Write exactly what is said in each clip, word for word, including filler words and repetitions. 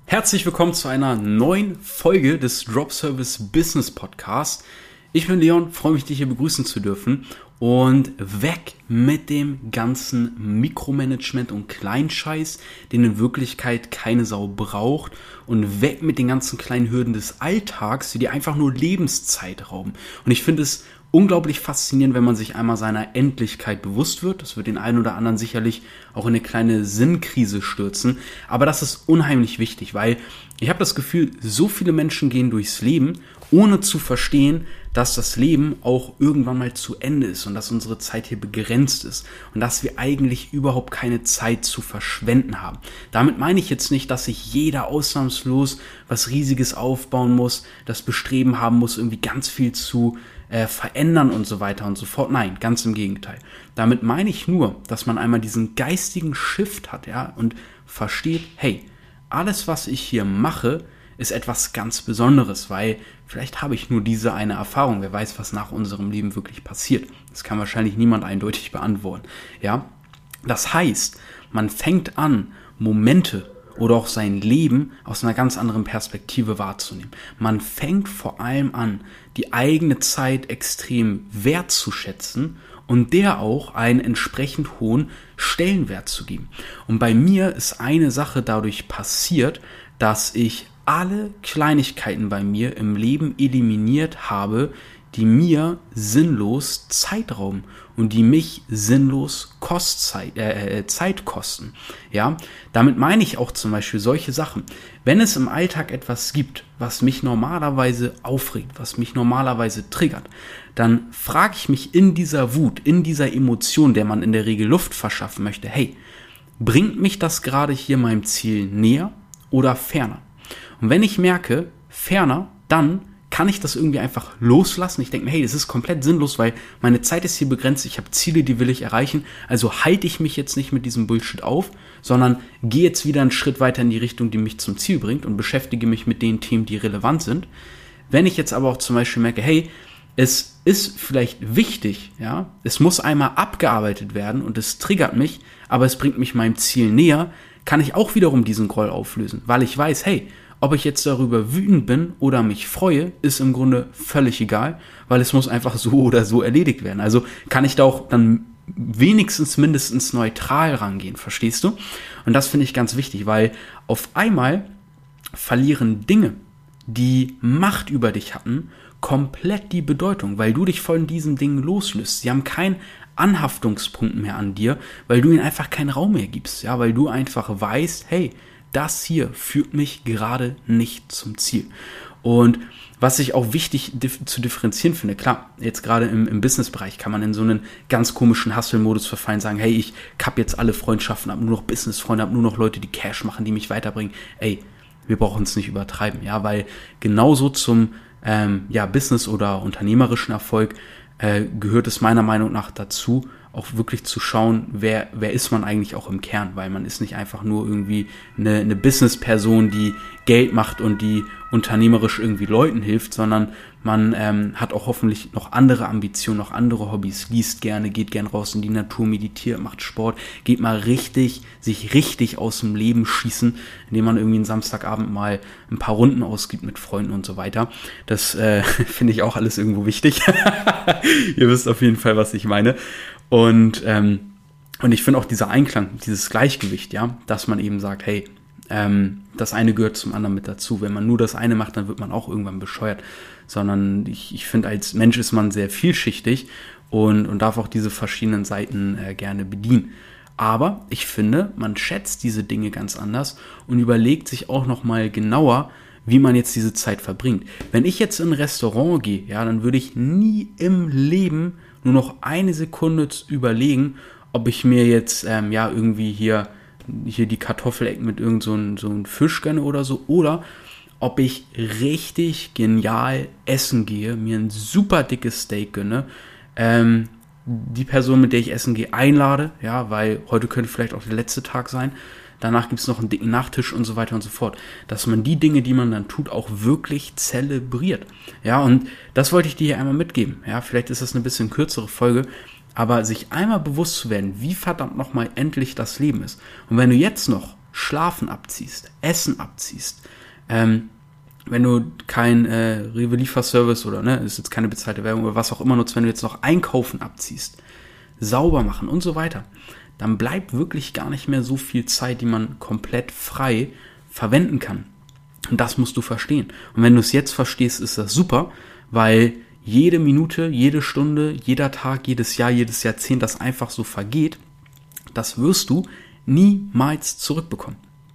Herzlich willkommen zu einer neuen Folge des Drop Service Business Podcast. Ich bin Leon, freue mich, dich hier begrüßen zu dürfen und weg mit dem ganzen Mikromanagement und Kleinscheiß, den in Wirklichkeit keine Sau braucht, und weg mit den ganzen kleinen Hürden des Alltags, die dir einfach nur Lebenszeit rauben. Und ich finde es unglaublich faszinierend, wenn man sich einmal seiner Endlichkeit bewusst wird. Das wird den einen oder anderen sicherlich auch in eine kleine Sinnkrise stürzen. Aber das ist unheimlich wichtig, weil ich habe das Gefühl, so viele Menschen gehen durchs Leben, ohne zu verstehen, dass das Leben auch irgendwann mal zu Ende ist und dass unsere Zeit hier begrenzt ist und dass wir eigentlich überhaupt keine Zeit zu verschwenden haben. Damit meine ich jetzt nicht, dass sich jeder ausnahmslos was Riesiges aufbauen muss, das Bestreben haben muss, irgendwie ganz viel zu äh, verändern und so weiter und so fort. Nein, ganz im Gegenteil. Damit meine ich nur, dass man einmal diesen geistigen Shift hat, ja, und versteht, hey, alles, was ich hier mache, ist etwas ganz Besonderes, weil vielleicht habe ich nur diese eine Erfahrung. Wer weiß, was nach unserem Leben wirklich passiert. Das kann wahrscheinlich niemand eindeutig beantworten. Ja, das heißt, man fängt an, Momente oder auch sein Leben aus einer ganz anderen Perspektive wahrzunehmen. Man fängt vor allem an, die eigene Zeit extrem wertzuschätzen und der auch einen entsprechend hohen Stellenwert zu geben. Und bei mir ist eine Sache dadurch passiert, dass ich alle Kleinigkeiten bei mir im Leben eliminiert habe, die mir sinnlos Zeit rauben und die mich sinnlos Kostzeit, äh, Zeit kosten. Ja, damit meine ich auch zum Beispiel solche Sachen. Wenn es im Alltag etwas gibt, was mich normalerweise aufregt, was mich normalerweise triggert, dann frage ich mich in dieser Wut, in dieser Emotion, der man in der Regel Luft verschaffen möchte, hey, bringt mich das gerade hier meinem Ziel näher oder ferner? Und wenn ich merke, ferner, dann kann ich das irgendwie einfach loslassen. Ich denke mir, hey, das ist komplett sinnlos, weil meine Zeit ist hier begrenzt. Ich habe Ziele, die will ich erreichen. Also halte ich mich jetzt nicht mit diesem Bullshit auf, sondern gehe jetzt wieder einen Schritt weiter in die Richtung, die mich zum Ziel bringt und beschäftige mich mit den Themen, die relevant sind. Wenn ich jetzt aber auch zum Beispiel merke, hey, es ist vielleicht wichtig, ja, es muss einmal abgearbeitet werden und es triggert mich, aber es bringt mich meinem Ziel näher, kann ich auch wiederum diesen Groll auflösen, weil ich weiß, hey, ob ich jetzt darüber wütend bin oder mich freue, ist im Grunde völlig egal, weil es muss einfach so oder so erledigt werden. Also kann ich da auch dann wenigstens mindestens neutral rangehen, verstehst du? Und das finde ich ganz wichtig, weil auf einmal verlieren Dinge, die Macht über dich hatten, komplett die Bedeutung, weil du dich von diesen Dingen loslöst. Sie haben keinen Anhaftungspunkt mehr an dir, weil du ihnen einfach keinen Raum mehr gibst, ja, weil du einfach weißt, hey, das hier führt mich gerade nicht zum Ziel. Und was ich auch wichtig dif- zu differenzieren finde, klar, jetzt gerade im, im Business-Bereich kann man in so einen ganz komischen Hustle-Modus verfallen, sagen, hey, ich kapp jetzt alle Freundschaften, habe nur noch Business-Freunde, habe nur noch Leute, die Cash machen, die mich weiterbringen. Ey, wir brauchen es nicht übertreiben, ja, weil genauso zum ähm, ja, Business- oder unternehmerischen Erfolg äh, gehört es meiner Meinung nach dazu, auch wirklich zu schauen, wer wer ist man eigentlich auch im Kern, weil man ist nicht einfach nur irgendwie eine, eine Business-Person, die Geld macht und die unternehmerisch irgendwie Leuten hilft, sondern man ähm, hat auch hoffentlich noch andere Ambitionen, noch andere Hobbys, liest gerne, geht gern raus in die Natur, meditiert, macht Sport, geht mal richtig, sich richtig aus dem Leben schießen, indem man irgendwie einen Samstagabend mal ein paar Runden ausgibt mit Freunden und so weiter. Das äh, finde ich auch alles irgendwo wichtig. Ihr wisst auf jeden Fall, was ich meine. Und ähm, und ich finde auch dieser Einklang, dieses Gleichgewicht, ja, dass man eben sagt, hey, ähm, das eine gehört zum anderen mit dazu. Wenn man nur das eine macht, dann wird man auch irgendwann bescheuert. Sondern ich, ich finde, als Mensch ist man sehr vielschichtig und, und darf auch diese verschiedenen Seiten äh, gerne bedienen. Aber ich finde, man schätzt diese Dinge ganz anders und überlegt sich auch nochmal genauer, wie man jetzt diese Zeit verbringt. Wenn ich jetzt in ein Restaurant gehe, ja, dann würde ich nie im Leben nur noch eine Sekunde überlegen, ob ich mir jetzt ähm, ja irgendwie hier, hier die Kartoffelecken mit irgend so einem so ein Fisch gönne oder so, oder ob ich richtig genial essen gehe, mir ein super dickes Steak gönne, ähm, die Person, mit der ich essen gehe, einlade, ja, weil heute könnte vielleicht auch der letzte Tag sein. Danach gibt es noch einen dicken Nachtisch und so weiter und so fort. Dass man die Dinge, die man dann tut, auch wirklich zelebriert. Ja, und das wollte ich dir hier einmal mitgeben. Ja, vielleicht ist das eine bisschen kürzere Folge, aber sich einmal bewusst zu werden, wie verdammt nochmal endlich das Leben ist. Und wenn du jetzt noch Schlafen abziehst, Essen abziehst, ähm, wenn du kein äh, Rewe-Lieferservice oder, ne, ist jetzt keine bezahlte Werbung oder was auch immer nutzt, wenn du jetzt noch Einkaufen abziehst, sauber machen und so weiter, dann bleibt wirklich gar nicht mehr so viel Zeit, die man komplett frei verwenden kann. Und das musst du verstehen. Und wenn du es jetzt verstehst, ist das super, weil jede Minute, jede Stunde, jeder Tag, jedes Jahr, jedes Jahrzehnt, das einfach so vergeht, das wirst du niemals zurückbekommen.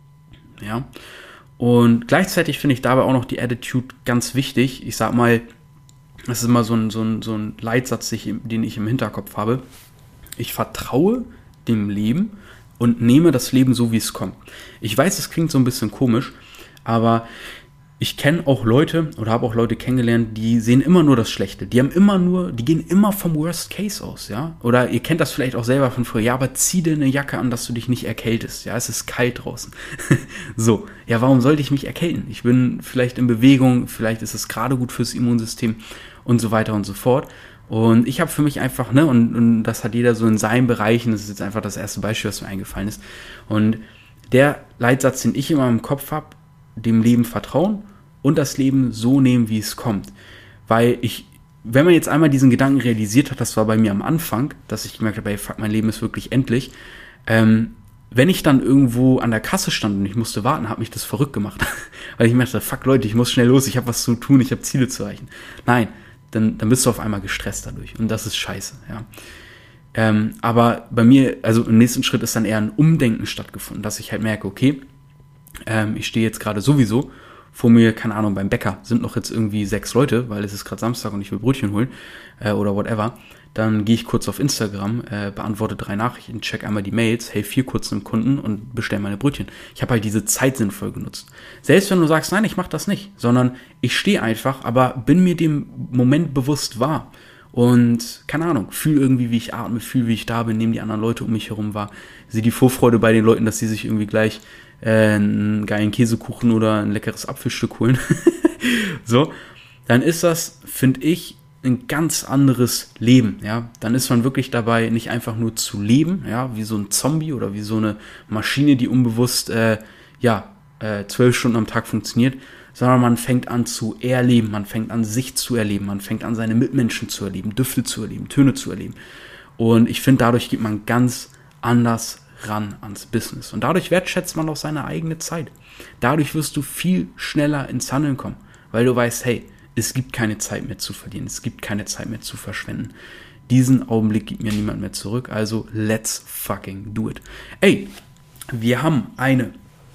Ja. Und gleichzeitig finde ich dabei auch noch die Attitude ganz wichtig. Ich sag mal, das ist immer so ein, so ein, so ein Leitsatz, den ich im Hinterkopf habe. Ich vertraue dem Leben und nehme das Leben so, wie es kommt. Ich weiß, es klingt so ein bisschen komisch, aber ich kenne auch Leute oder habe auch Leute kennengelernt, die sehen immer nur das Schlechte. Die haben immer nur, die gehen immer vom Worst Case aus, ja. Oder ihr kennt das vielleicht auch selber von früher. Ja, aber zieh dir eine Jacke an, dass du dich nicht erkältest. Ja, es ist kalt draußen. So, ja, warum sollte ich mich erkälten? Ich bin vielleicht in Bewegung, vielleicht ist es gerade gut fürs Immunsystem und so weiter und so fort. Und ich habe für mich einfach, ne, und, und das hat jeder so in seinen Bereichen, das ist jetzt einfach das erste Beispiel, was mir eingefallen ist. Und der Leitsatz, den ich immer im Kopf habe, dem Leben vertrauen und das Leben so nehmen, wie es kommt. Weil ich, wenn man jetzt einmal diesen Gedanken realisiert hat, das war bei mir am Anfang, dass ich gemerkt habe, ey, fuck, mein Leben ist wirklich endlich. Ähm, wenn ich dann irgendwo an der Kasse stand und ich musste warten, hat mich das verrückt gemacht. Weil ich mir dachte, fuck Leute, ich muss schnell los, ich habe was zu tun, ich habe Ziele zu erreichen. Nein, dann, dann bist du auf einmal gestresst dadurch. Und das ist scheiße, ja. Ähm, aber bei mir, also im nächsten Schritt ist dann eher ein Umdenken stattgefunden, dass ich halt merke, okay, ähm, ich stehe jetzt gerade sowieso vor mir, keine Ahnung, beim Bäcker sind noch jetzt irgendwie sechs Leute, weil es ist gerade Samstag und ich will Brötchen holen äh, oder whatever. Dann gehe ich kurz auf Instagram, äh, beantworte drei Nachrichten, check einmal die Mails, helfe vier kurz einem Kunden und bestelle meine Brötchen. Ich habe halt diese Zeit sinnvoll genutzt. Selbst wenn du sagst, nein, ich mache das nicht, sondern ich stehe einfach, aber bin mir dem Moment bewusst wahr. Und, keine Ahnung, fühle irgendwie, wie ich atme, fühle, wie ich da bin, nehme die anderen Leute um mich herum wahr. Sehe die Vorfreude bei den Leuten, dass sie sich irgendwie gleich äh, einen geilen Käsekuchen oder ein leckeres Apfelstück holen. So, dann ist das, finde ich, ein ganz anderes Leben, ja. Dann ist man wirklich dabei, nicht einfach nur zu leben, ja, wie so ein Zombie oder wie so eine Maschine, die unbewusst, äh, ja, äh, zwölf Stunden am Tag funktioniert, sondern man fängt an zu erleben, man fängt an sich zu erleben, man fängt an seine Mitmenschen zu erleben, Düfte zu erleben, Töne zu erleben. Und ich finde, dadurch geht man ganz anders ran ans Business. Und dadurch wertschätzt man auch seine eigene Zeit. Dadurch wirst du viel schneller ins Handeln kommen, weil du weißt, hey, es gibt keine Zeit mehr zu verlieren, es gibt keine Zeit mehr zu verschwenden. Diesen Augenblick gibt mir niemand mehr zurück, also let's fucking do it. Ey, wir haben eine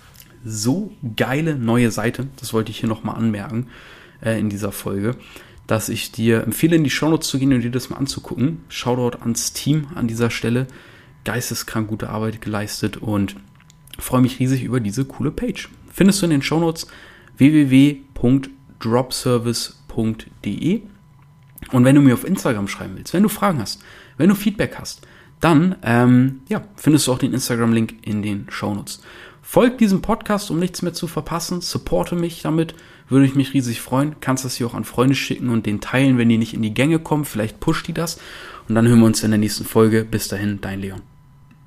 so geile neue Seite, das wollte ich hier nochmal anmerken äh, in dieser Folge, dass ich dir empfehle, in die Shownotes zu gehen und dir das mal anzugucken. Shoutout ans Team an dieser Stelle. Geisteskrank gute Arbeit geleistet und freue mich riesig über diese coole Page. Findest du in den Shownotes w w w punkt dropservice punkt d e. Und wenn du mir auf Instagram schreiben willst, wenn du Fragen hast, wenn du Feedback hast, dann ähm, ja, findest du auch den Instagram-Link in den Shownotes. Folg diesem Podcast, um nichts mehr zu verpassen. Supporte mich damit, würde ich mich riesig freuen. Kannst das hier auch an Freunde schicken und den teilen, wenn die nicht in die Gänge kommen. Vielleicht pusht die das. Und dann hören wir uns in der nächsten Folge. Bis dahin, dein Leon.